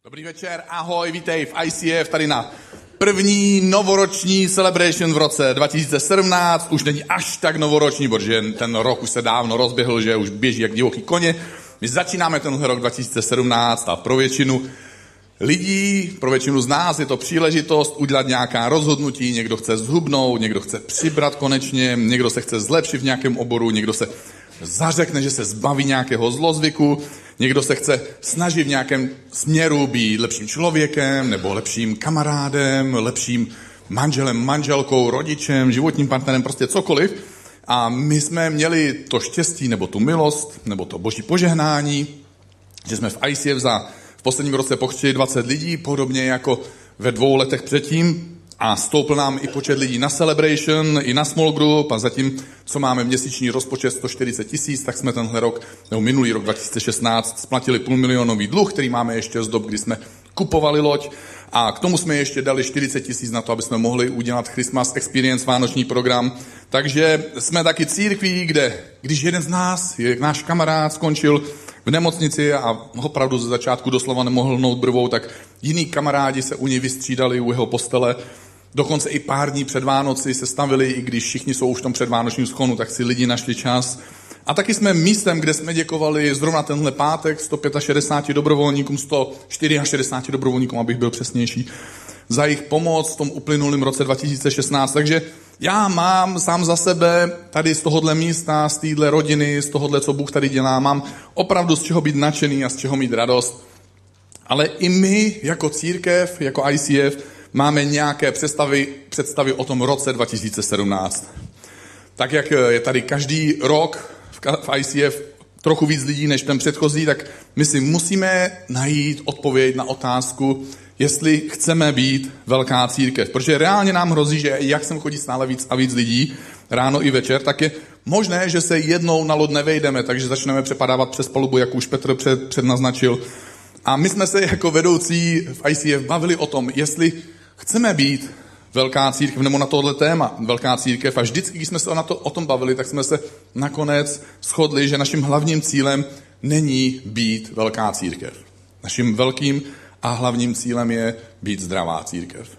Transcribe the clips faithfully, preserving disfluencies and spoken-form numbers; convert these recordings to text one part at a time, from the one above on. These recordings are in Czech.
Dobrý večer, ahoj, vítej v I C F tady na první novoroční celebration v roce dva tisíce sedmnáct. Už není až tak novoroční, protože ten rok už se dávno rozběhl, že už běží jak divoký koně. My začínáme tenhle rok dva tisíce sedmnáct a pro většinu lidí, pro většinu z nás je to příležitost udělat nějaká rozhodnutí. Někdo chce zhubnout, někdo chce přibrat konečně, někdo se chce zlepšit v nějakém oboru, někdo se zařekne, že se zbaví nějakého zlozvyku, někdo se chce snažit v nějakém směru být lepším člověkem, nebo lepším kamarádem, lepším manželem, manželkou, rodičem, životním partnerem, prostě cokoliv. A my jsme měli to štěstí, nebo tu milost, nebo to boží požehnání, že jsme v I C F za v posledním roce pokřtili dvacet lidí, podobně jako ve dvou letech předtím. A stoupl nám i počet lidí na Celebration, i na Small Group a zatím, co máme měsíční rozpočet sto čtyřicet tisíc, tak jsme tenhle rok, nebo minulý rok dva tisíce šestnáct, splatili půlmilionový dluh, který máme ještě z dob, kdy jsme kupovali loď. A k tomu jsme ještě dali čtyřicet tisíc na to, aby jsme mohli udělat Christmas Experience, vánoční program. Takže jsme taky církví, kde, když jeden z nás, náš kamarád, skončil v nemocnici a opravdu ze začátku doslova nemohl hnout brvou, tak jiní kamarádi se u něj vystřídali u jeho postele. Dokonce i pár dní před Vánoci se stavili, i když všichni jsou už v tom předvánočním schonu, tak si lidi našli čas. A taky jsme místem, kde jsme děkovali zrovna tenhle pátek sto šedesát pět dobrovolníkům, sto šedesát čtyři dobrovolníkům, abych byl přesnější, za jejich pomoc v tom uplynulém roce dva tisíce šestnáct. Takže já mám sám za sebe tady z tohohle místa, z téhle rodiny, z tohohle, co Bůh tady dělá, mám opravdu z čeho být nadšený a z čeho mít radost. Ale i my jako církev, jako I C F, máme nějaké představy, představy o tom roce dva tisíce sedmnáct. Tak jak je tady každý rok v I C F trochu víc lidí než ten předchozí, tak my si musíme najít odpověď na otázku, jestli chceme být velká církev. Protože reálně nám hrozí, že jak sem chodí stále víc a víc lidí, ráno i večer, tak je možné, že se jednou na loď nevejdeme, takže začneme přepadávat přes palubu, jak už Petr před, přednaznačil. A my jsme se jako vedoucí v I C F bavili o tom, jestli chceme být velká církev, nebo na tohle téma velká církev. A vždycky, když jsme se na to, o tom bavili, tak jsme se nakonec shodli, že naším hlavním cílem není být velká církev. Naším velkým a hlavním cílem je být zdravá církev.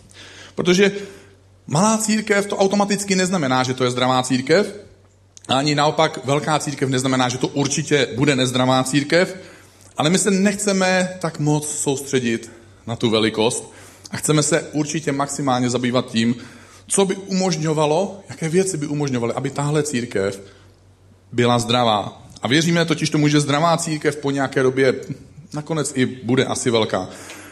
Protože malá církev to automaticky neznamená, že to je zdravá církev, a ani naopak velká církev neznamená, že to určitě bude nezdravá církev, ale my se nechceme tak moc soustředit na tu velikost a chceme se určitě maximálně zabývat tím, co by umožňovalo, jaké věci by umožňovaly, aby tahle církev byla zdravá. A věříme totiž tomu, že zdravá církev po nějaké době nakonec i bude asi velká.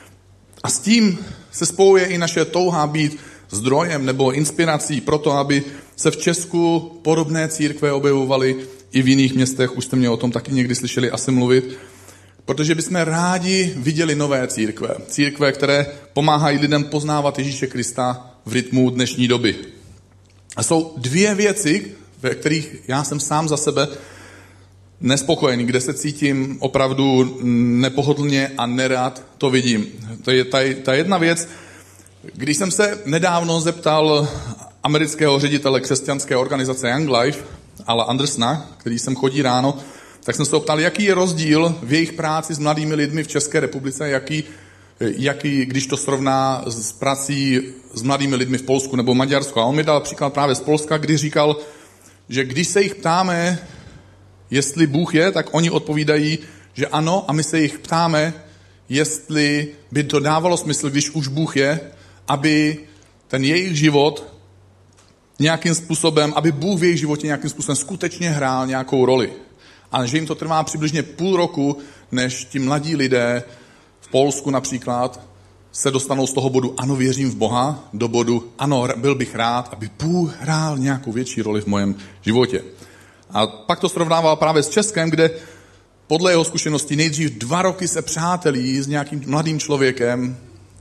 A s tím se spojuje i naše touha být zdrojem nebo inspirací pro to, aby se v Česku podobné církve objevovaly i v jiných městech. Už jste mě o tom taky někdy slyšeli asi mluvit. Protože bychom rádi viděli nové církve. Církve, které pomáhají lidem poznávat Ježíše Krista v rytmu dnešní doby. A jsou dvě věci, ve kterých já jsem sám za sebe nespokojený, kde se cítím opravdu nepohodlně a nerad to vidím. To je ta, ta jedna věc, když jsem se nedávno zeptal amerického ředitele křesťanské organizace Young Life, Ala Andersona, který sem chodí ráno, tak jsem se optal, jaký je rozdíl v jejich práci s mladými lidmi v České republice, jaký, jaký, když to srovná s prací s mladými lidmi v Polsku nebo Maďarsku. A on mi dal příklad právě z Polska, kdy říkal, že když se jich ptáme, jestli Bůh je, tak oni odpovídají, že ano, a my se jich ptáme, jestli by to dávalo smysl, když už Bůh je, aby ten jejich život nějakým způsobem, aby Bůh v jejich životě nějakým způsobem skutečně hrál nějakou roli. A že jim to trvá přibližně půl roku, než ti mladí lidé v Polsku například se dostanou z toho bodu ano, věřím v Boha, do bodu ano, byl bych rád, aby Bůh hrál nějakou větší roli v mém životě. A pak to srovnával právě s Českem, kde podle jeho zkušeností nejdřív dva roky se přátelí s nějakým mladým člověkem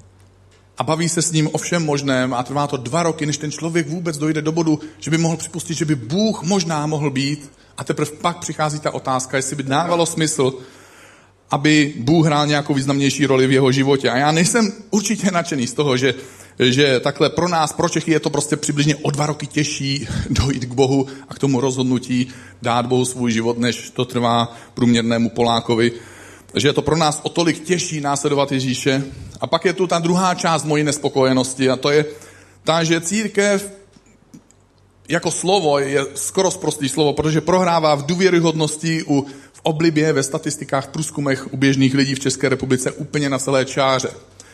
a baví se s ním o všem možném a trvá to dva roky, než ten člověk vůbec dojde do bodu, že by mohl připustit, že by Bůh možná mohl být. A teprve pak přichází ta otázka, jestli by dávalo smysl, aby Bůh hrál nějakou významnější roli v jeho životě. A já nejsem určitě nadšený z toho, že, že takhle pro nás, pro Čechy je to prostě přibližně o dva roky těžší dojít k Bohu a k tomu rozhodnutí dát Bohu svůj život, než to trvá průměrnému Polákovi. že je to pro nás o tolik těžší následovat Ježíše. A pak je tu ta druhá část mojí nespokojenosti a to je ta, že církev jako slovo je skoro sprostý slovo, protože prohrává v důvěryhodnosti, u, v oblibě, ve statistikách, průzkumech u běžných lidí v České republice úplně na celé čáře.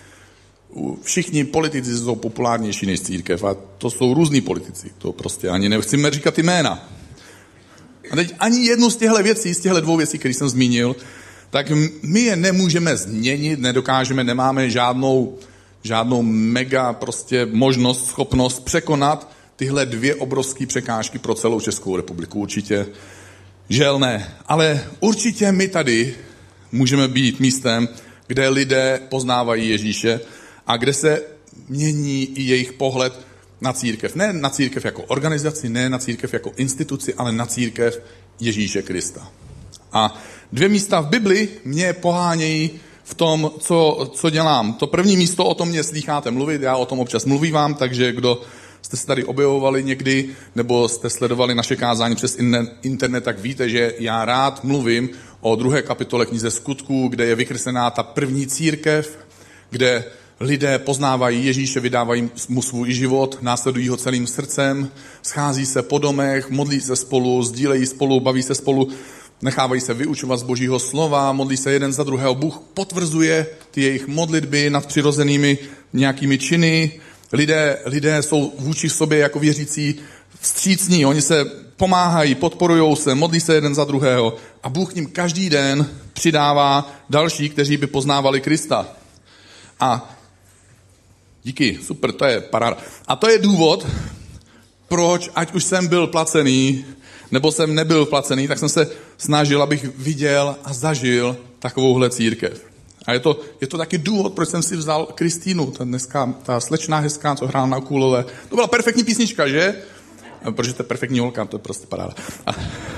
Všichni politici jsou populárnější než církev a to jsou různí politici. To prostě ani nechceme říkat jména. A teď ani jednu z těchto věcí, z těchto dvou věcí, které jsem zmínil, tak my je nemůžeme změnit, nedokážeme, nemáme žádnou, žádnou mega prostě možnost, schopnost překonat tyhle dvě obrovské překážky pro celou Českou republiku. Určitě žel ne. Ale určitě my tady můžeme být místem, kde lidé poznávají Ježíše a kde se mění i jejich pohled na církev. Ne na církev jako organizaci, ne na církev jako instituci, ale na církev Ježíše Krista. A dvě místa v Bibli mě pohánějí v tom, co, co dělám. To první místo, o tom mě slýcháte mluvit, já o tom občas mluvím, takže kdo jste se tady objevovali někdy, nebo jste sledovali naše kázání přes internet, tak víte, že já rád mluvím o druhé kapitole knize Skutků, kde je vykreslená ta první církev, kde lidé poznávají Ježíše, vydávají mu svůj život, následují ho celým srdcem, schází se po domech, modlí se spolu, sdílejí spolu, baví se spolu, nechávají se vyučovat z Božího slova, modlí se jeden za druhého. Bůh potvrzuje ty jejich modlitby nad přirozenými nějakými činy. Lidé, lidé jsou vůči sobě jako věřící vstřícní, oni se pomáhají, podporujou se, modlí se jeden za druhého a Bůh jim každý den přidává další, kteří by poznávali Krista. A díky, super, to je paráda. A to je důvod, proč, ať už jsem byl placený, nebo jsem nebyl placený, tak jsem se snažil, abych viděl a zažil takovouhle církev. A je to, je to taky důvod, proč jsem si vzal Kristýnu, ta, dneska, ta slečná hezká, co hrála na ukulele. To byla perfektní písnička, že? Protože to je perfektní holka, to je prostě paráda. A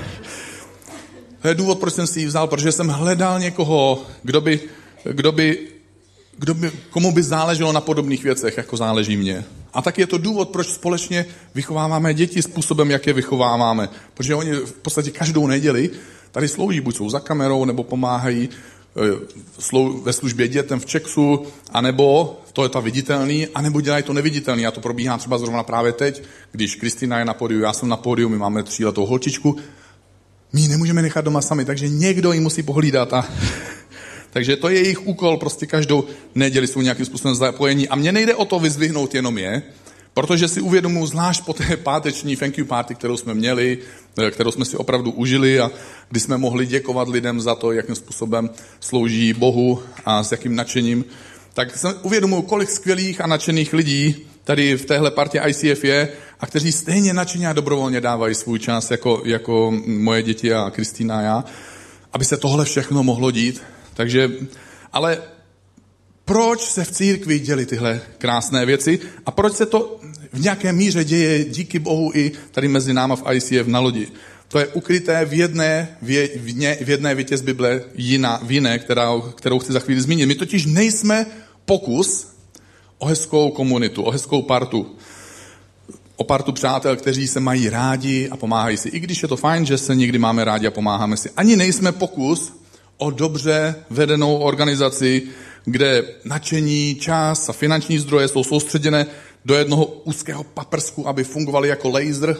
to je důvod, proč jsem si ji vzal, protože jsem hledal někoho, kdo by, kdo by, kdo by, komu by záleželo na podobných věcech, jako záleží mně. A tak je to důvod, proč společně vychováváme děti způsobem, jak je vychováváme. Protože oni v podstatě každou neděli tady slouží, buď jsou za kamerou, nebo pomáhají ve službě dětem v Čexu, anebo, to je ta viditelný, anebo dělají to neviditelný. A to probíhá třeba zrovna právě teď, když Kristina je na pódiu, já jsem na pódiu, my máme tříletou holčičku, my ji nemůžeme nechat doma sami, takže někdo ji musí pohlídat. A takže to je jejich úkol, prostě každou neděli jsou nějakým způsobem zapojení. A mně nejde o to vyzdvihnout jenom je, protože si uvědomuji, zvlášť po té páteční thank you party, kterou jsme měli, kterou jsme si opravdu užili a kdy jsme mohli děkovat lidem za to, jakým způsobem slouží Bohu a s jakým nadšením, tak jsem uvědomuji, kolik skvělých a nadšených lidí tady v téhle partě I C F je a kteří stejně nadšeně a dobrovolně dávají svůj čas, jako, jako moje děti a Kristýna a já, aby se tohle všechno mohlo dít. Takže, ale proč se v církvi děly tyhle krásné věci a proč se to v nějaké míře děje díky Bohu i tady mezi náma v I C F na lodi? To je ukryté v jedné, vě, v ně, v jedné větě z Bible, jiná, v jiné, kterou, kterou chci za chvíli zmínit. My totiž nejsme pokus o hezkou komunitu, o hezkou partu. O partu přátel, kteří se mají rádi a pomáhají si. I když je to fajn, že se někdy máme rádi a pomáháme si. Ani nejsme pokus o dobře vedenou organizaci, kde nadšení, čas a finanční zdroje jsou soustředěné do jednoho úzkého paprsku, aby fungovaly jako laser.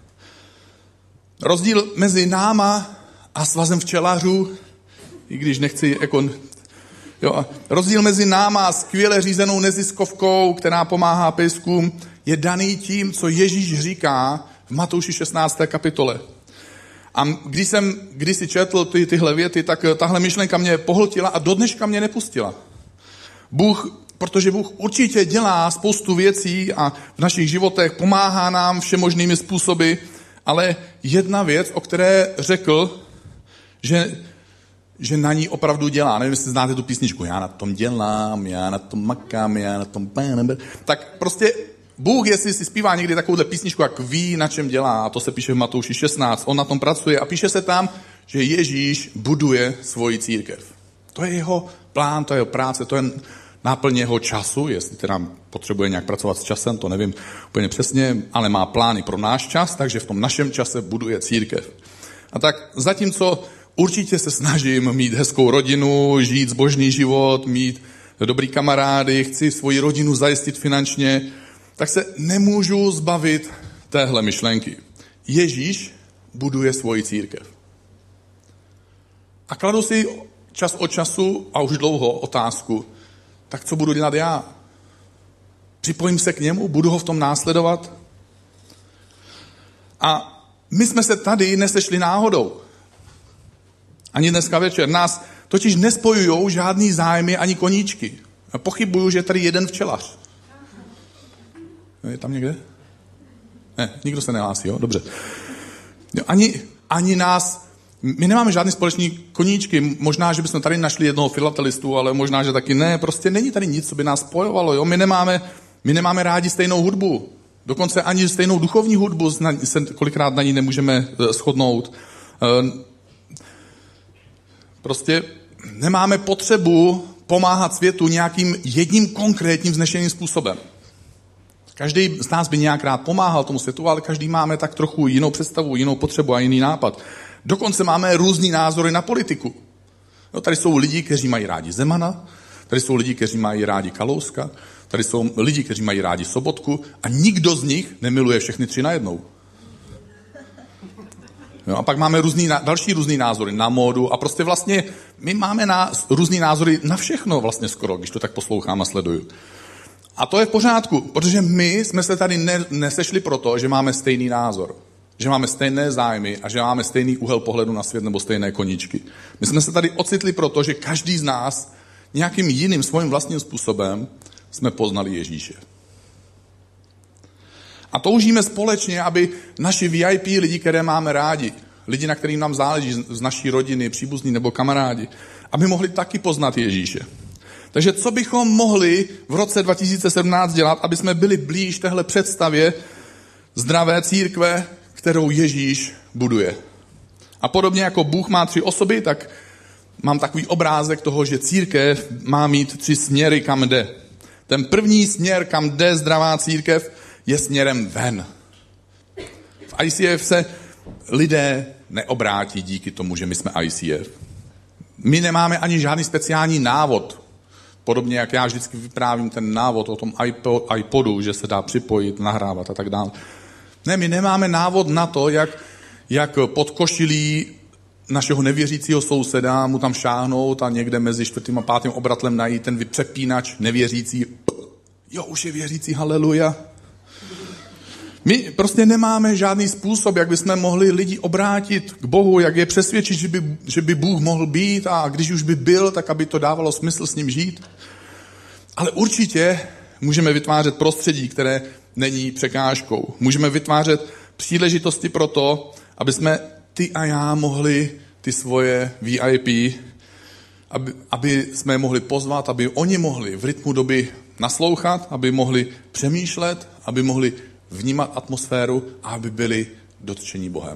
Rozdíl mezi náma a svazem včelařů, i když nechci jako... Jo, rozdíl mezi náma a skvěle řízenou neziskovkou, která pomáhá pejskům, je daný tím, co Ježíš říká v Matouši šestnácté kapitole. A když jsem kdysi četl ty, tyhle věty, tak tahle myšlenka mě pohltila a do dneška mě nepustila. Bůh, protože Bůh určitě dělá spoustu věcí a v našich životech pomáhá nám všemožnými způsoby, ale jedna věc, o které řekl, že, že na ní opravdu dělá. Nevím, jestli znáte tu písničku. Já na tom dělám, já na tom makám, já na tom... Tak prostě Bůh, jestli si zpívá někdy takovouhle písničku, jak ví, na čem dělá, a to se píše v Matouši šestnáct, on na tom pracuje a píše se tam, že Ježíš buduje svoji církev. To je jeho plán, to je jeho práce, to je náplň jeho času, jestli teda potřebuje nějak pracovat s časem, to nevím úplně přesně, ale má plány pro náš čas, takže v tom našem čase buduje církev. A tak zatímco určitě se snažím mít hezkou rodinu, žít zbožný život, mít dobrý kamarády, chci svoji rodinu zajistit finančně, tak se nemůžu zbavit téhle myšlenky. Ježíš buduje svoji církev. A kladu si čas od času a už dlouho otázku, tak co budu dělat já? Připojím se k němu, budu ho v tom následovat? A my jsme se tady nesešli náhodou. Ani dneska večer. Nás totiž nespojujou žádný zájmy ani koníčky. Pochybuju, že je tady jeden včelař. Je tam někde? Ne, nikdo se nehlásí, jo? Dobře. Ani, ani nás, my nemáme žádný společný koníčky. Možná, že bychom tady našli jednoho filatelistu, ale možná, že taky ne. Prostě není tady nic, co by nás spojovalo, jo? My nemáme, my nemáme rádi stejnou hudbu. Dokonce ani stejnou duchovní hudbu se kolikrát na ní nemůžeme shodnout. Prostě nemáme potřebu pomáhat světu nějakým jedním konkrétním vznešeným způsobem. Každý z nás by nějak rád pomáhal tomu světu, ale každý máme tak trochu jinou představu, jinou potřebu a jiný nápad. Dokonce máme různý názory na politiku. No, tady jsou lidi, kteří mají rádi Zemana, tady jsou lidi, kteří mají rádi Kalouska, tady jsou lidi, kteří mají rádi Sobotku a nikdo z nich nemiluje všechny tři najednou. No, a pak máme různý, další různý názory na módu a prostě vlastně my máme na, různý názory na všechno vlastně skoro, když to tak poslouchám a sleduju. A to je v pořádku, protože my jsme se tady ne, nesešli proto, že máme stejný názor, že máme stejné zájmy a že máme stejný úhel pohledu na svět nebo stejné koníčky. My jsme se tady ocitli proto, že každý z nás nějakým jiným svým vlastním způsobem jsme poznali Ježíše. A toužíme společně, aby naši V I P lidi, které máme rádi, lidi, na kterým nám záleží z naší rodiny, příbuzní nebo kamarádi, aby mohli taky poznat Ježíše. Takže co bychom mohli v roce dva tisíce sedmnáct dělat, aby jsme byli blíž téhle představě zdravé církve, kterou Ježíš buduje. A podobně jako Bůh má tři osoby, tak mám takový obrázek toho, že církev má mít tři směry, kam jde. Ten první směr, kam jde zdravá církev, je směrem ven. V I C F se lidé neobrátí díky tomu, že my jsme I C F. My nemáme ani žádný speciální návod. Podobně, jak já vždycky vyprávím ten návod o tom iPodu, že se dá připojit, nahrávat a tak dále. Ne, my nemáme návod na to, jak, jak pod košilí našeho nevěřícího souseda mu tam šáhnout a někde mezi čtvrtým a pátým obratlem najít ten přepínač nevěřící. Jo, už je věřící, haleluja. My prostě nemáme žádný způsob, jak bychom mohli lidi obrátit k Bohu, jak je přesvědčit, že by, že by Bůh mohl být a když už by byl, tak aby to dávalo smysl s ním žít. Ale určitě můžeme vytvářet prostředí, které není překážkou. Můžeme vytvářet příležitosti pro to, aby jsme ty a já mohli ty svoje V I P, aby, aby jsme je mohli pozvat, aby oni mohli v rytmu doby naslouchat, aby mohli přemýšlet, aby mohli vnímat atmosféru a aby byli dotčení Bohem.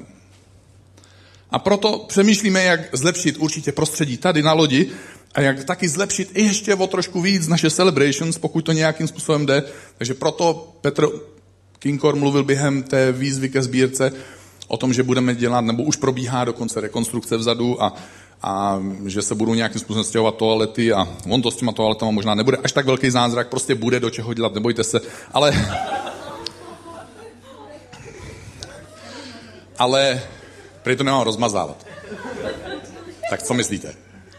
A proto přemýšlíme, jak zlepšit určitě prostředí tady na lodi a jak taky zlepšit ještě o trošku víc naše celebrations, pokud to nějakým způsobem jde. Takže proto Petr Kinkor mluvil během té výzvy ke sbírce o tom, že budeme dělat, nebo už probíhá dokonce rekonstrukce vzadu a, a že se budou nějakým způsobem stěhovat toalety a on to s těma toaletama možná nebude až tak velký zázrak, prostě bude do čeho dělat, nebojte se, ale... Ale prý to nemám rozmazávat. Tak co myslíte?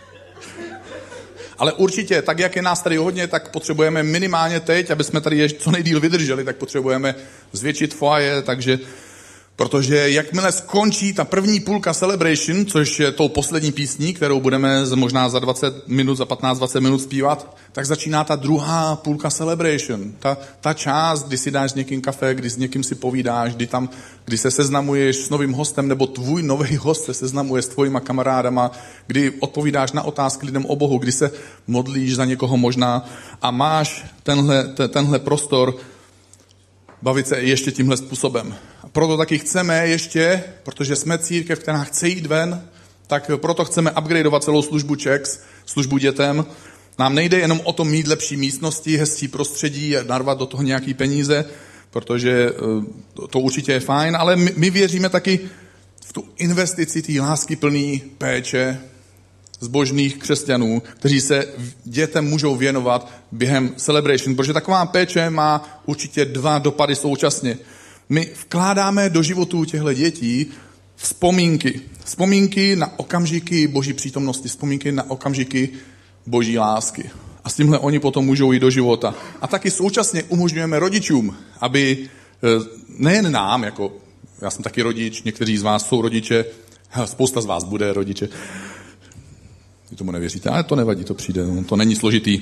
Ale určitě, tak jak je nás tady hodně, tak potřebujeme minimálně teď, aby jsme tady ještě co nejdýl vydrželi, tak potřebujeme zvětšit foaje, takže protože jakmile skončí ta první půlka celebration, což je tou poslední písní, kterou budeme možná za dvacet minut, za patnáct dvacet minut zpívat, tak začíná ta druhá půlka celebration. Ta, ta část, kdy si dáš s někým kafe, kdy s někým si povídáš, kdy, tam, kdy se seznamuješ s novým hostem, nebo tvůj nový host se seznamuje s tvojima kamarádama, kdy odpovídáš na otázky lidem o Bohu, kdy se modlíš za někoho možná a máš tenhle, tenhle prostor bavit se ještě tímhle způsobem. A proto taky chceme ještě, protože jsme církev, která chce jít ven, tak proto chceme upgradeovat celou službu Čex, službu dětem. Nám nejde jenom o to mít lepší místnosti, hezčí prostředí a narvat do toho nějaký peníze, protože to určitě je fajn, ale my, my věříme taky v tu investici té láskyplné péče zbožných křesťanů, kteří se dětem můžou věnovat během celebration, protože taková péče má určitě dva dopady současně. My vkládáme do životů těchto dětí vzpomínky. Vzpomínky na okamžiky Boží přítomnosti, vzpomínky na okamžiky Boží lásky. A s tímhle oni potom můžou jít do života. A taky současně umožňujeme rodičům, aby nejen nám, jako já jsem taky rodič, někteří z vás jsou rodiče, spousta z vás bude rodiče. Vy tomu nevěříte, ale to nevadí, to přijde, to není složitý.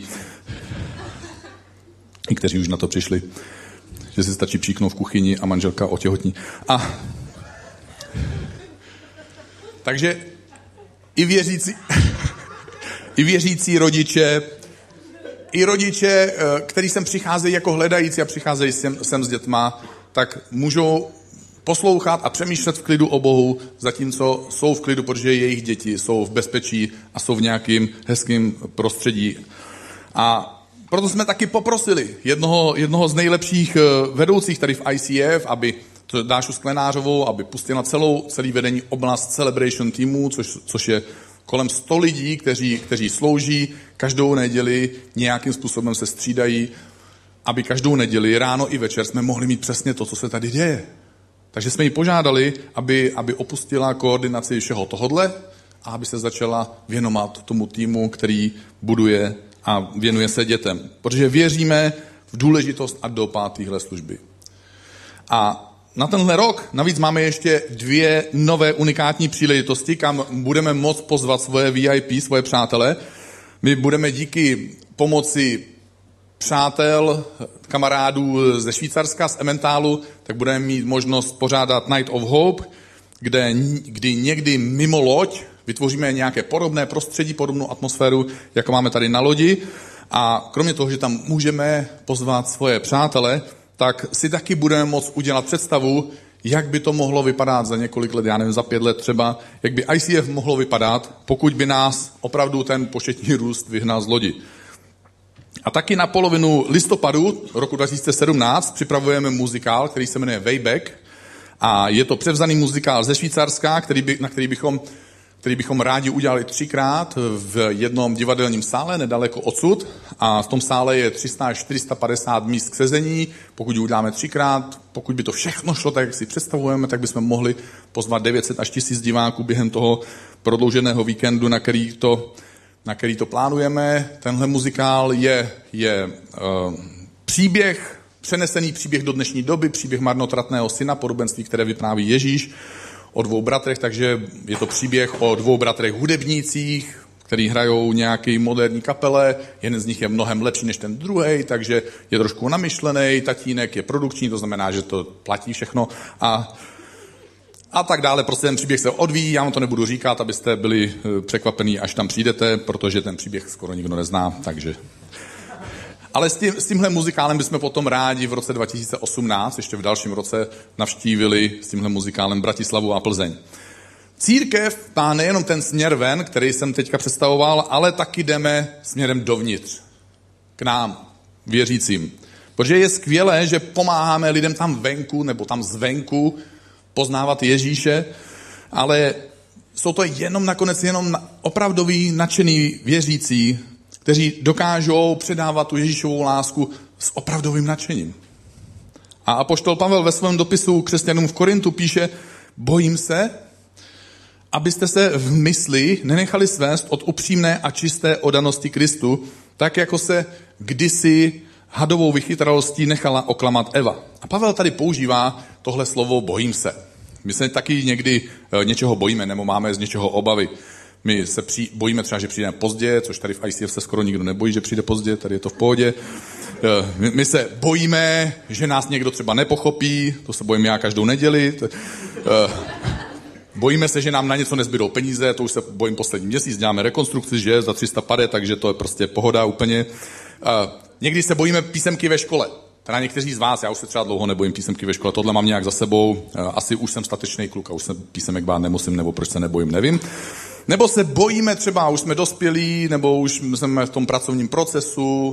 I kteří už na to přišli, že si stačí příknout v kuchyni a manželka otěhotní. A takže i věřící, i věřící rodiče, i rodiče, kteří sem přicházejí jako hledající a přicházejí sem, sem s dětma, tak můžou poslouchat a přemýšlet v klidu o Bohu, zatímco jsou v klidu, protože jejich děti jsou v bezpečí a jsou v nějakým hezkým prostředí. A proto jsme taky poprosili jednoho, jednoho z nejlepších vedoucích tady v I C F, aby Dášu Sklenářovou, aby pustila celou, celý vedení oblast Celebration týmu, což, což je kolem sto lidí, kteří, kteří slouží každou neděli, nějakým způsobem se střídají, aby každou neděli ráno i večer jsme mohli mít přesně to, co se tady děje. Takže jsme ji požádali, aby, aby opustila koordinaci všeho tohodle a aby se začala věnovat tomu týmu, který buduje a věnuje se dětem. Protože věříme v důležitost a dopad téhle služby. A na tenhle rok navíc máme ještě dvě nové unikátní příležitosti, kam budeme moct pozvat svoje V I P, svoje přátele. My budeme díky pomoci přátel, kamarádů ze Švýcarska, z Emmentálu, tak budeme mít možnost pořádat Night of Hope, kde, kdy někdy mimo loď vytvoříme nějaké podobné prostředí, podobnou atmosféru, jako máme tady na lodi. A kromě toho, že tam můžeme pozvat svoje přátele, tak si taky budeme moct udělat představu, jak by to mohlo vypadat za několik let, já nevím, za pět let třeba, jak by I C F mohlo vypadat, pokud by nás opravdu ten početní růst vyhnal z lodi. A taky na polovinu listopadu roku dva tisíce sedmnáct připravujeme muzikál, který se jmenuje Way Back. A je to převzaný muzikál ze Švýcarska, který by, na který bychom, který bychom rádi udělali třikrát v jednom divadelním sále nedaleko odsud. A v tom sále je tři sta až čtyři sta padesát míst k sezení. Pokud ji uděláme třikrát, pokud by to všechno šlo tak, jak si představujeme, tak bychom mohli pozvat devět set až tisíc diváků během toho prodlouženého víkendu, na který to na který to plánujeme. Tenhle muzikál je, je uh, příběh, přenesený příběh do dnešní doby, příběh marnotratného syna, podobenství, které vypráví Ježíš o dvou bratrech, takže je to příběh o dvou bratrech hudebnících, který hrajou nějaký moderní kapele, jeden z nich je mnohem lepší než ten druhý, takže je trošku namyšlený, tatínek je produkční, to znamená, že to platí všechno a A tak dále, prostě ten příběh se odvíjí, já vám to nebudu říkat, abyste byli překvapení, až tam přijdete, protože ten příběh skoro nikdo nezná, takže... Ale s, tím, s tímhle muzikálem bychom potom rádi v roce dva tisíce osmnáct, ještě v dalším roce, navštívili s tímhle muzikálem Bratislavu a Plzeň. Církev má nejenom ten směr ven, který jsem teďka představoval, ale taky jdeme směrem dovnitř, k nám, věřícím. Protože je skvělé, že pomáháme lidem tam venku, nebo tam zvenku, poznávat Ježíše, ale jsou to jenom nakonec jenom opravdoví nadšený věřící, kteří dokážou předávat tu Ježíšovou lásku s opravdovým nadšením. A apoštol Pavel ve svém dopisu křesťanům v Korintu píše, bojím se, abyste se v mysli nenechali svést od upřímné a čisté oddanosti Kristu, tak jako se kdysi hadovou vychytralostí nechala oklamat Eva. A Pavel tady používá tohle slovo bojím se. My se taky někdy něčeho bojíme, nebo máme z něčeho obavy. My se při, bojíme třeba, že přijdeme pozdě, což tady v I C F se skoro nikdo nebojí, že přijde pozdě, tady je to v pohodě. My, my se bojíme, že nás někdo třeba nepochopí, to se bojím já každou neděli. Bojíme se, že nám na něco nezbydou peníze, to už se bojím poslední měsíc, děláme rekonstrukci, že za tři sta pade, takže to je prostě pohoda úplně. Někdy se bojíme písemky ve škole. Teda někteří z vás, já už se třeba dlouho nebojím písemky ve škole, tohle mám nějak za sebou, asi už jsem statečný kluk a už se písemek bát nemusím, nebo proč se nebojím, nevím. Nebo se bojíme třeba, už jsme dospělí, nebo už jsme v tom pracovním procesu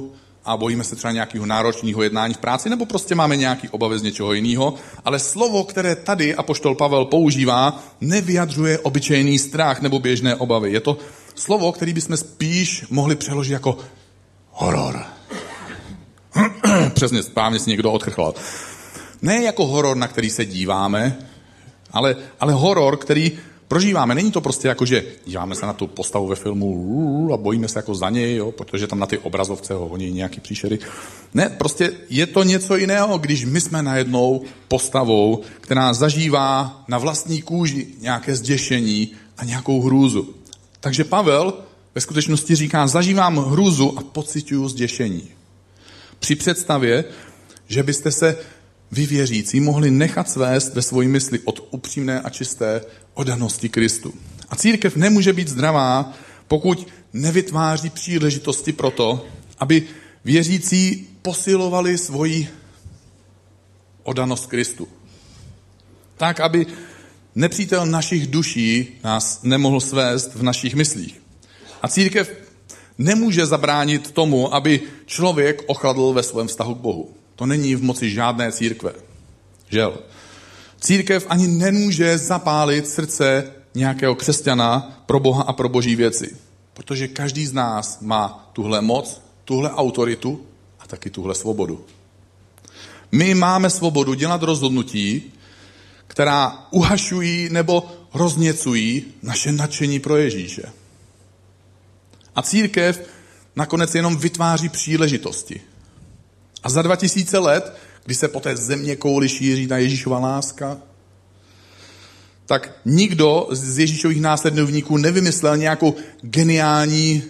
a bojíme se třeba nějakého náročného jednání v práci, nebo prostě máme nějaké obavy z něčeho jiného. Ale slovo, které tady apoštol Pavel používá, nevyjadřuje obyčejný strach nebo běžné obavy. Je to slovo, které bychom spíš mohli přeložit jako horor. Přesně, správně si někdo odchrchlal. Ne jako horor, na který se díváme, ale, ale horor, který prožíváme. Není to prostě jako, že díváme se na tu postavu ve filmu a bojíme se jako za něj, jo, protože tam na ty obrazovce ho honí nějaký příšery. Ne, prostě je to něco jiného, když my jsme najednou postavou, která zažívá na vlastní kůži nějaké zděšení a nějakou hrůzu. Takže Pavel ve skutečnosti říká, zažívám hrůzu a pociťuju zděšení. Při představě, že byste se vy věřící mohli nechat svést ve svojí mysli od upřímné a čisté oddanosti Kristu. A církev nemůže být zdravá, pokud nevytváří příležitosti pro to, aby věřící posilovali svoji oddanost Kristu. Tak, aby nepřítel našich duší nás nemohl svést v našich myslích. A církev nemůže zabránit tomu, aby člověk ochladl ve svém vztahu k Bohu. To není v moci žádné církve. Žel. Církev ani nemůže zapálit srdce nějakého křesťana pro Boha a pro boží věci. Protože každý z nás má tuhle moc, tuhle autoritu a taky tuhle svobodu. My máme svobodu dělat rozhodnutí, která uhašují nebo rozněcují naše nadšení pro Ježíše. A církev nakonec jenom vytváří příležitosti. A za dva tisíce let, kdy se po té země kouli šíří ta Ježíšova láska, tak nikdo z Ježíšových následovníků nevymyslel nějakou geniální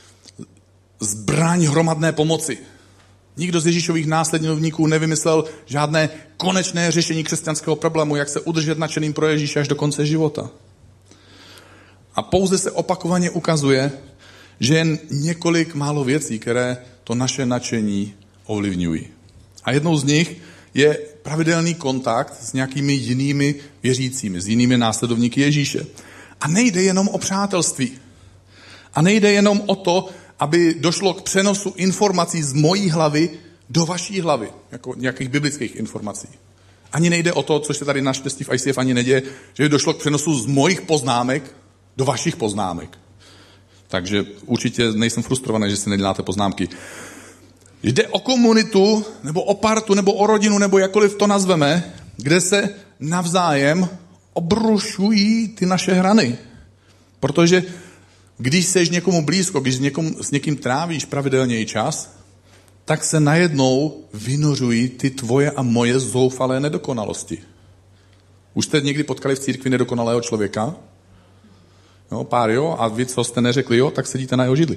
zbraň hromadné pomoci. Nikdo z Ježíšových následovníků nevymyslel žádné konečné řešení křesťanského problému, jak se udržet nadšeným pro Ježíše až do konce života. A pouze se opakovaně ukazuje, že jen několik málo věcí, které to naše nadšení ovlivňují. A jednou z nich je pravidelný kontakt s nějakými jinými věřícími, s jinými následovníky Ježíše. A nejde jenom o přátelství. A nejde jenom o to, aby došlo k přenosu informací z mojí hlavy do vaší hlavy, jako nějakých biblických informací. Ani nejde o to, což se tady naštěstí v I C F ani neděje, že by došlo k přenosu z mojich poznámek do vašich poznámek. Takže určitě nejsem frustrovaný, že si neděláte poznámky. Jde o komunitu, nebo o partu, nebo o rodinu, nebo jakkoliv to nazveme, kde se navzájem obrušují ty naše hrany. Protože když seš někomu blízko, když s, někom, s někým trávíš pravidelněji čas, tak se najednou vynořují ty tvoje a moje zoufalé nedokonalosti. Už jste někdy potkali v církvi nedokonalého člověka? No, pár jo, a vy, co jste neřekli jo, tak sedíte na jeho židli.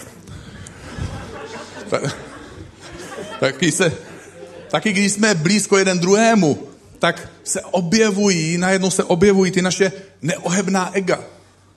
Tak, taky, se, taky když jsme blízko jeden druhému, tak se objevují, najednou se objevují ty naše neohebná ega.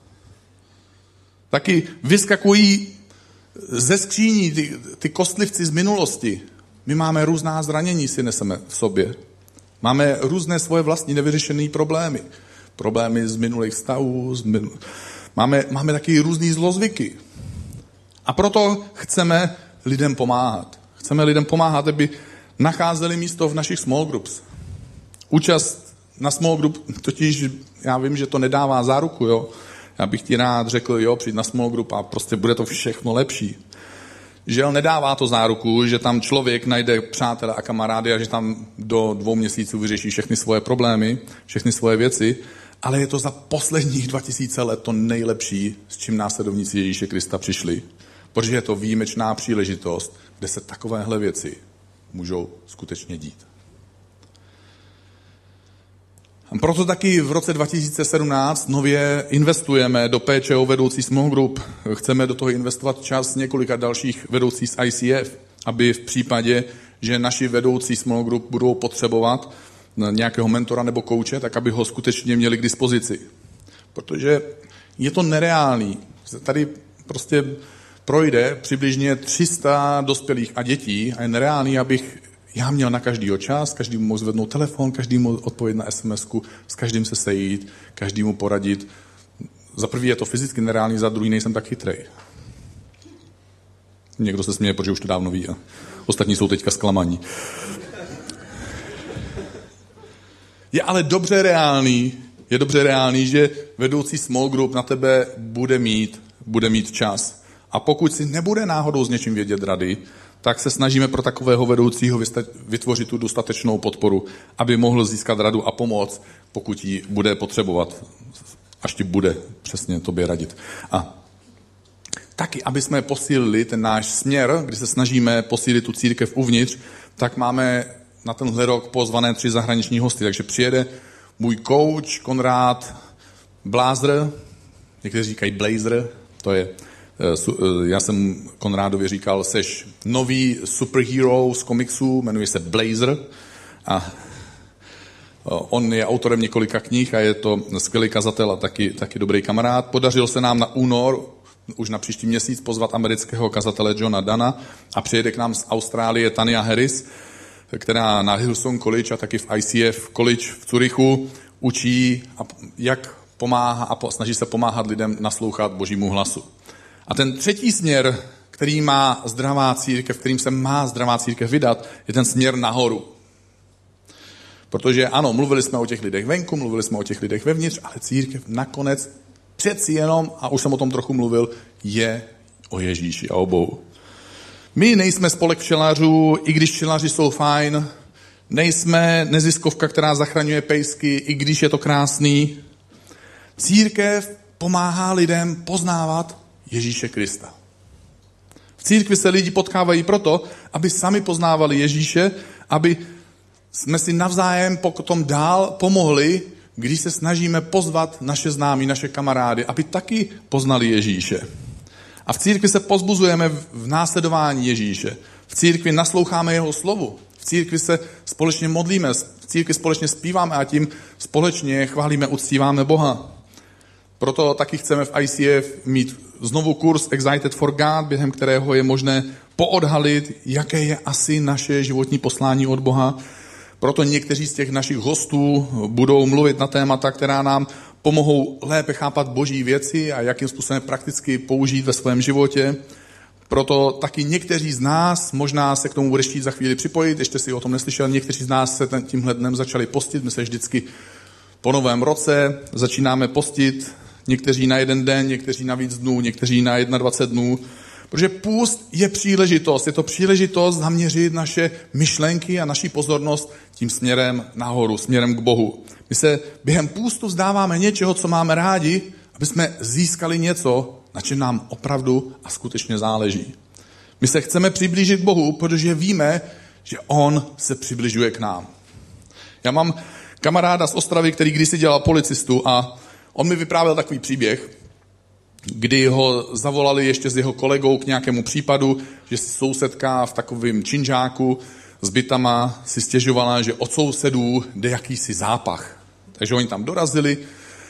Taky vyskakují ze skříní ty, ty kostlivci z minulosti. My máme různá zranění, si neseme v sobě. Máme různé svoje vlastní nevyřešené problémy. Problémy z minulých stavů. Z minul... máme, máme taky různý zlozvyky. A proto chceme lidem pomáhat. Chceme lidem pomáhat, aby nacházeli místo v našich small groups. Účast na small group, totiž já vím, že to nedává záruku, jo. Já bych ti rád řekl, jo, přijď na small group a prostě bude to všechno lepší. Žel nedává to záruku, že tam člověk najde přátele a kamarády a že tam do dvou měsíců vyřeší všechny svoje problémy, všechny svoje věci, ale je to za posledních dva tisíce let to nejlepší, s čím následovníci Ježíše Krista přišli. Protože je to výjimečná příležitost, kde se takovéhle věci můžou skutečně dít. A proto taky v roce dva tisíce sedmnáct nově investujeme do péče o vedoucí small group. Chceme do toho investovat čas několika dalších vedoucí z I C F, aby v případě, že naši vedoucí small group budou potřebovat nějakého mentora nebo kouče, tak aby ho skutečně měli k dispozici. Protože je to nereálný. Tady prostě projde přibližně tři sta dospělých a dětí a je nereálný, abych já měl na každýho čas, každému mohl zvednout telefon, každému odpovědět na SMSku, s každým se sejít, každému poradit. Za prvý je to fyzicky nereálný, za druhý nejsem tak chytrej. Někdo se směje, protože už to dávno ví a ostatní jsou teďka zklamaní. Je ale dobře reálný, je dobře reálný, že vedoucí small group na tebe bude mít, bude mít čas. A pokud si nebude náhodou s něčím vědět rady, tak se snažíme pro takového vedoucího vytvořit tu dostatečnou podporu, aby mohl získat radu a pomoc, pokud ji bude potřebovat, až ti bude přesně tobě radit. A taky, aby jsme posílili ten náš směr, kdy se snažíme posílit tu církev uvnitř, tak máme na tenhle rok pozvané tři zahraniční hosty. Takže přijede můj coach Konrád Blazer, někteří říkají Blazer, to je, já jsem Konrádovi říkal, seš nový superhero z komiksů, jmenuje se Blazer a on je autorem několika knih a je to skvělý kazatel a taky, taky dobrý kamarád. Podařilo se nám na únor, už na příští měsíc, pozvat amerického kazatele Johna Dana a přijede k nám z Austrálie Tanya Harris, která na Hillsong College a taky v I C F College v Curychu učí, jak pomáhá a snaží se pomáhat lidem naslouchat Božímu hlasu. A ten třetí směr, který má zdravá církev, kterým se má zdravá církev vydat, je ten směr nahoru. Protože ano, mluvili jsme o těch lidech venku, mluvili jsme o těch lidech vevnitř, ale církev nakonec přeci jenom, a už jsem o tom trochu mluvil, je o Ježíši a o Bohu. My nejsme spolek včelařů, i když včelaři jsou fajn, nejsme neziskovka, která zachraňuje pejsky, i když je to krásný. Církev pomáhá lidem poznávat Ježíše Krista. V církvi se lidi potkávají proto, aby sami poznávali Ježíše, aby jsme si navzájem potom dál pomohli, když se snažíme pozvat naše známí, naše kamarády, aby taky poznali Ježíše. A v církvi se pozbuzujeme v následování Ježíše. V církvi nasloucháme jeho slovu. V církvi se společně modlíme, v církvi společně zpíváme a tím společně chválíme, uctíváme Boha. Proto taky chceme v I C F mít znovu kurz Excited for God, během kterého je možné poodhalit, jaké je asi naše životní poslání od Boha. Proto někteří z těch našich hostů budou mluvit na témata, která nám pomohou lépe chápat Boží věci a jakým způsobem prakticky použít ve svém životě. Proto taky někteří z nás, možná se k tomu bude chtít za chvíli připojit, ještě si o tom neslyšel, někteří z nás se tímhle dnem začali postit, my se vždycky po novém roce začínáme postit, někteří na jeden den, někteří na víc dnů, někteří na dvacet jedna dnů, protože půst je příležitost, je to příležitost zaměřit naše myšlenky a naši pozornost tím směrem nahoru, směrem k Bohu. My se během půstu vzdáváme něčeho, co máme rádi, aby jsme získali něco, na čem nám opravdu a skutečně záleží. My se chceme přiblížit k Bohu, protože víme, že on se přibližuje k nám. Já mám kamaráda z Ostravy, který kdysi dělal policistu a on mi vyprávěl takový příběh, kdy ho zavolali ještě s jeho kolegou k nějakému případu, že si sousedka v takovém činžáku s bytama si stěžovala, že od sousedů jde jakýsi zápach. Takže oni tam dorazili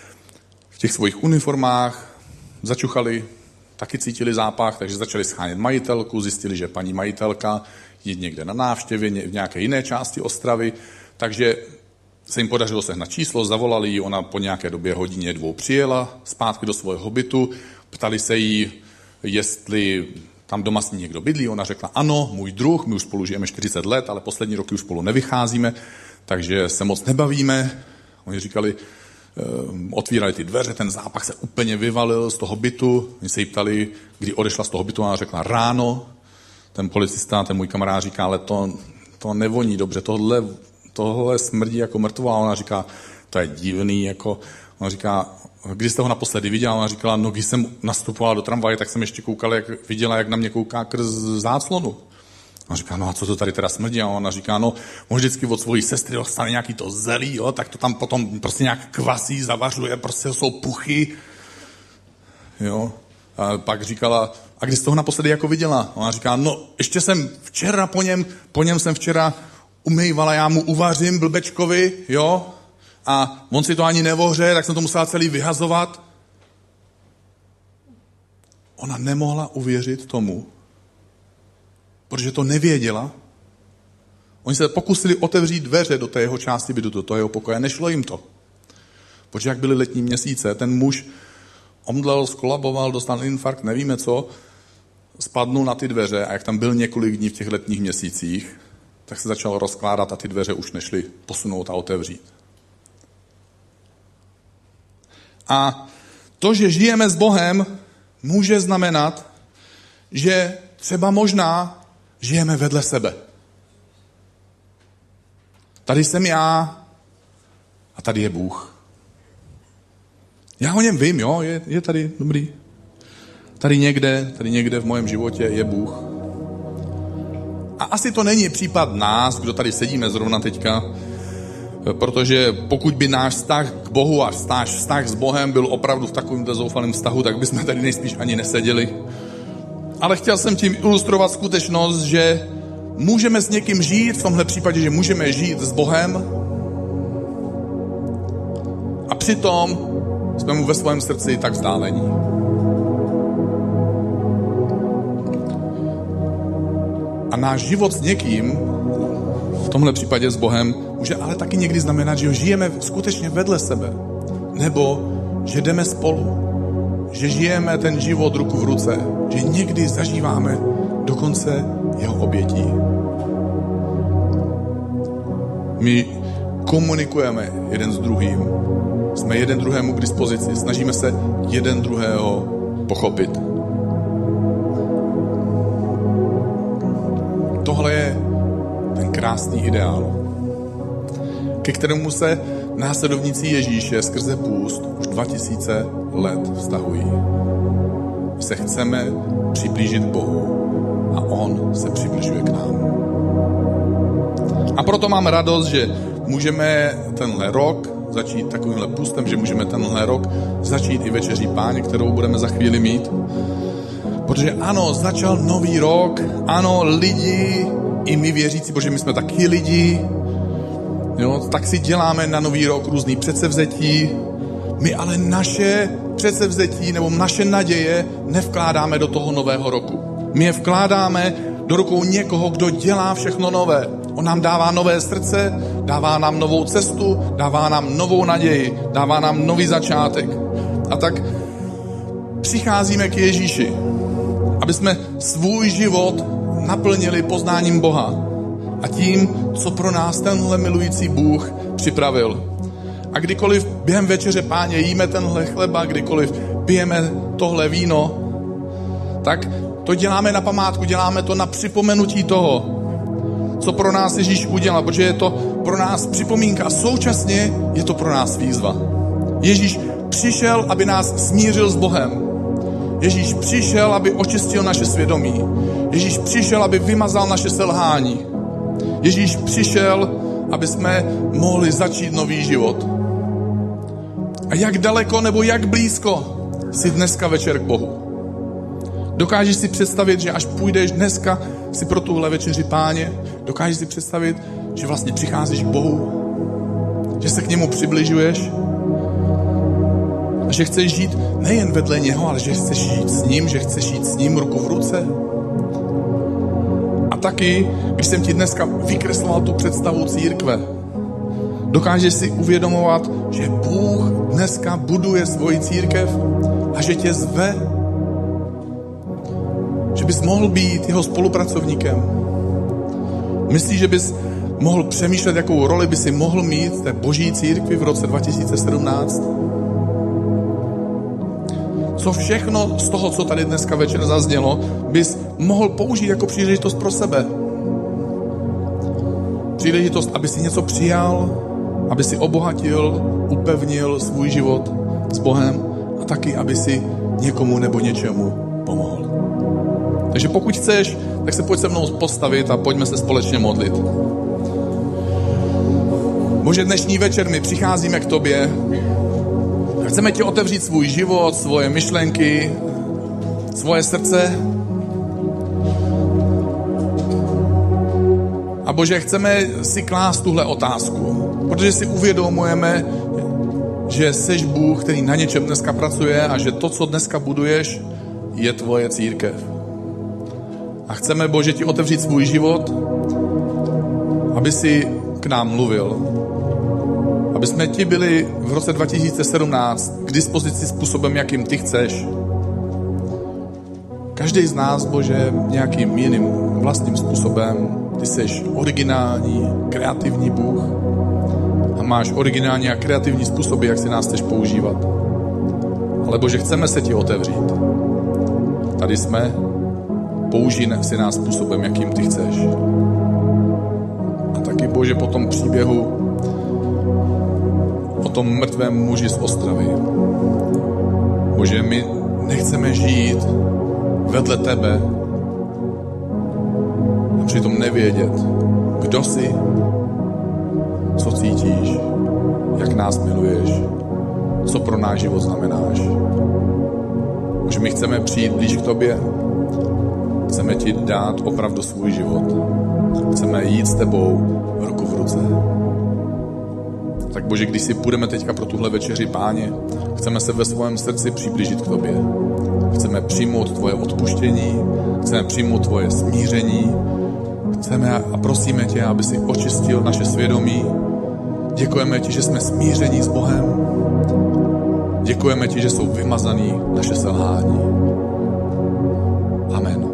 v těch svých uniformách, začuchali, taky cítili zápach, takže začali schánět majitelku, zjistili, že paní majitelka je někde na návštěvě v nějaké jiné části Ostravy, takže se jim podařilo sehnat číslo, zavolali ji, ona po nějaké době hodině dvou přijela zpátky do svého bytu, ptali se jí, jestli tam doma s ní někdo bydlí, ona řekla ano, můj druh, my už spolu žijeme čtyřicet let, ale poslední roky už spolu nevycházíme, takže se moc nebavíme. Oni říkali, otvírali ty dveře, ten zápach se úplně vyvalil z toho bytu, oni se jí ptali, kdy odešla z toho bytu, a ona řekla ráno. Ten policista, ten můj kamarád říká, ale to, to nevoní dobře, tohle tohle smrdí jako mrtvá, a ona říká, to je divný, jako, ona říká, když jste ho naposledy viděla, ona říkala, no když jsem nastupovala do tramvaje, tak jsem ještě koukala, jak viděla, jak na mě kouká krz záclonu. Ona říká, no a co to tady teda smrdí? A ona říká, no, on vždycky od svojí sestry dostane nějaký to zelí, jo, tak to tam potom prostě nějak kvasí, zavařuje, prostě jsou puchy. Jo. A pak říkala, a když jste ho naposledy jako viděla? Ona říká, no, ještě jsem včera po něm, po něm jsem včera umývala, já mu uvařím blbečkovi, jo, a on si to ani nevohře, tak jsem to musela celý vyhazovat. Ona nemohla uvěřit tomu, protože to nevěděla. Oni se pokusili otevřít dveře do té jeho části bytu, do toho jeho pokoje, nešlo jim to. Protože jak byly letní měsíce, ten muž omdlel, skolaboval, dostal infarkt, nevíme co, spadnul na ty dveře a jak tam byl několik dní v těch letních měsících, tak se začal rozkládat a ty dveře už nešly posunout a otevřít. A to, že žijeme s Bohem, může znamenat, že třeba možná žijeme vedle sebe. Tady jsem já a tady je Bůh. Já o něm vím, jo, je, je tady dobrý. Tady někde, tady někde v mém životě je Bůh. A asi to není případ nás, kdo tady sedíme zrovna teďka, protože pokud by náš vztah k Bohu a náš vztah s Bohem byl opravdu v takovémto zoufalém vztahu, tak bychom tady nejspíš ani neseděli. Ale chtěl jsem tím ilustrovat skutečnost, že můžeme s někým žít, v tomhle případě, že můžeme žít s Bohem a přitom jsme mu ve svém srdci tak vzdálení. A náš život s někým, v tomhle případě s Bohem, může ale taky někdy znamenat, že žijeme skutečně vedle sebe. Nebo že jdeme spolu. Že žijeme ten život ruku v ruce. Že někdy zažíváme dokonce jeho obětí. My komunikujeme jeden s druhým. Jsme jeden druhému k dispozici. Snažíme se jeden druhého pochopit. Tohle je ten krásný ideál, ke kterému se následovníci Ježíše skrze půst už dva tisíce let vztahují. My se chceme přiblížit k Bohu a on se přibližuje k nám. A proto mám radost, že můžeme tenhle rok začít takovýmhle půstem, že můžeme tenhle rok začít i večeří Páně, kterou budeme za chvíli mít. Protože ano, začal nový rok, ano, lidi, i my věřící, protože my jsme taky lidi, jo, tak si děláme na nový rok různý předsevzetí, my ale naše předsevzetí nebo naše naděje nevkládáme do toho nového roku. My je vkládáme do rukou někoho, kdo dělá všechno nové. On nám dává nové srdce, dává nám novou cestu, dává nám novou naději, dává nám nový začátek. A tak přicházíme k Ježíši, aby jsme svůj život naplnili poznáním Boha a tím, co pro nás tenhle milující Bůh připravil. A kdykoliv během večeře Páně jíme tenhle chleba, kdykoliv pijeme tohle víno, tak to děláme na památku, děláme to na připomenutí toho, co pro nás Ježíš udělal, protože je to pro nás připomínka a současně je to pro nás výzva. Ježíš přišel, aby nás smířil s Bohem. Ježíš přišel, aby očistil naše svědomí. Ježíš přišel, aby vymazal naše selhání. Ježíš přišel, aby jsme mohli začít nový život. A jak daleko nebo jak blízko jsi dneska večer k Bohu? Dokážeš si představit, že až půjdeš dneska si pro tuhle večeři Páně, dokážeš si představit, že vlastně přicházíš k Bohu, že se k němu přibližuješ a že chceš žít nejen vedle něho, ale že chceš žít s ním, že chceš žít s ním ruku v ruce. A taky, když jsem ti dneska vykresloval tu představu církve, dokážeš si uvědomovat, že Bůh dneska buduje svoji církev a že tě zve, že bys mohl být jeho spolupracovníkem. Myslíš, že bys mohl přemýšlet, jakou roli by si mohl mít v té boží církvi v roce dva tisíce sedmnáct? Co všechno z toho, co tady dneska večer zaznělo, bys mohl použít jako příležitost pro sebe? Příležitost, aby si něco přijal, aby si obohatil, upevnil svůj život s Bohem a taky, aby si někomu nebo něčemu pomohl. Takže pokud chceš, tak se pojď se mnou postavit a pojďme se společně modlit. Bože, dnešní večer my přicházíme k tobě. Chceme ti otevřít svůj život, svoje myšlenky, svoje srdce. A Bože, chceme si klást tuhle otázku, protože si uvědomujeme, že seš Bůh, který na něčem dneska pracuje a že to, co dneska buduješ, je tvoje církev. A chceme, Bože, ti otevřít svůj život, aby si k nám mluvil. Aby jsme ti byli v roce dva tisíce sedmnáct k dispozici způsobem, jakým ty chceš. Každý z nás, Bože, nějakým jiným vlastním způsobem. Ty jsi originální, kreativní Bůh a máš originální a kreativní způsoby, jak si nás chceš používat. Ale Bože, chceme se ti otevřít. Tady jsme, použij si nás způsobem, jakým ty chceš. A taky, Bože, po tom příběhu o tom mrtvém muži z Ostravy. Bože, my nechceme žít vedle tebe a přitom nevědět, kdo jsi, co cítíš, jak nás miluješ, co pro náš život znamenáš. Bože, my chceme přijít blíž k tobě, chceme ti dát opravdu svůj život. Chceme jít s tebou ruku v ruce. Tak Bože, když si půjdeme teďka pro tuhle večeři, Páně, chceme se ve svém srdci přiblížit k tobě. Chceme přijmout tvoje odpuštění, chceme přijmout tvoje smíření, chceme a prosíme tě, aby si očistil naše svědomí. Děkujeme ti, že jsme smíření s Bohem. Děkujeme ti, že jsou vymazaný naše selhání. Amen.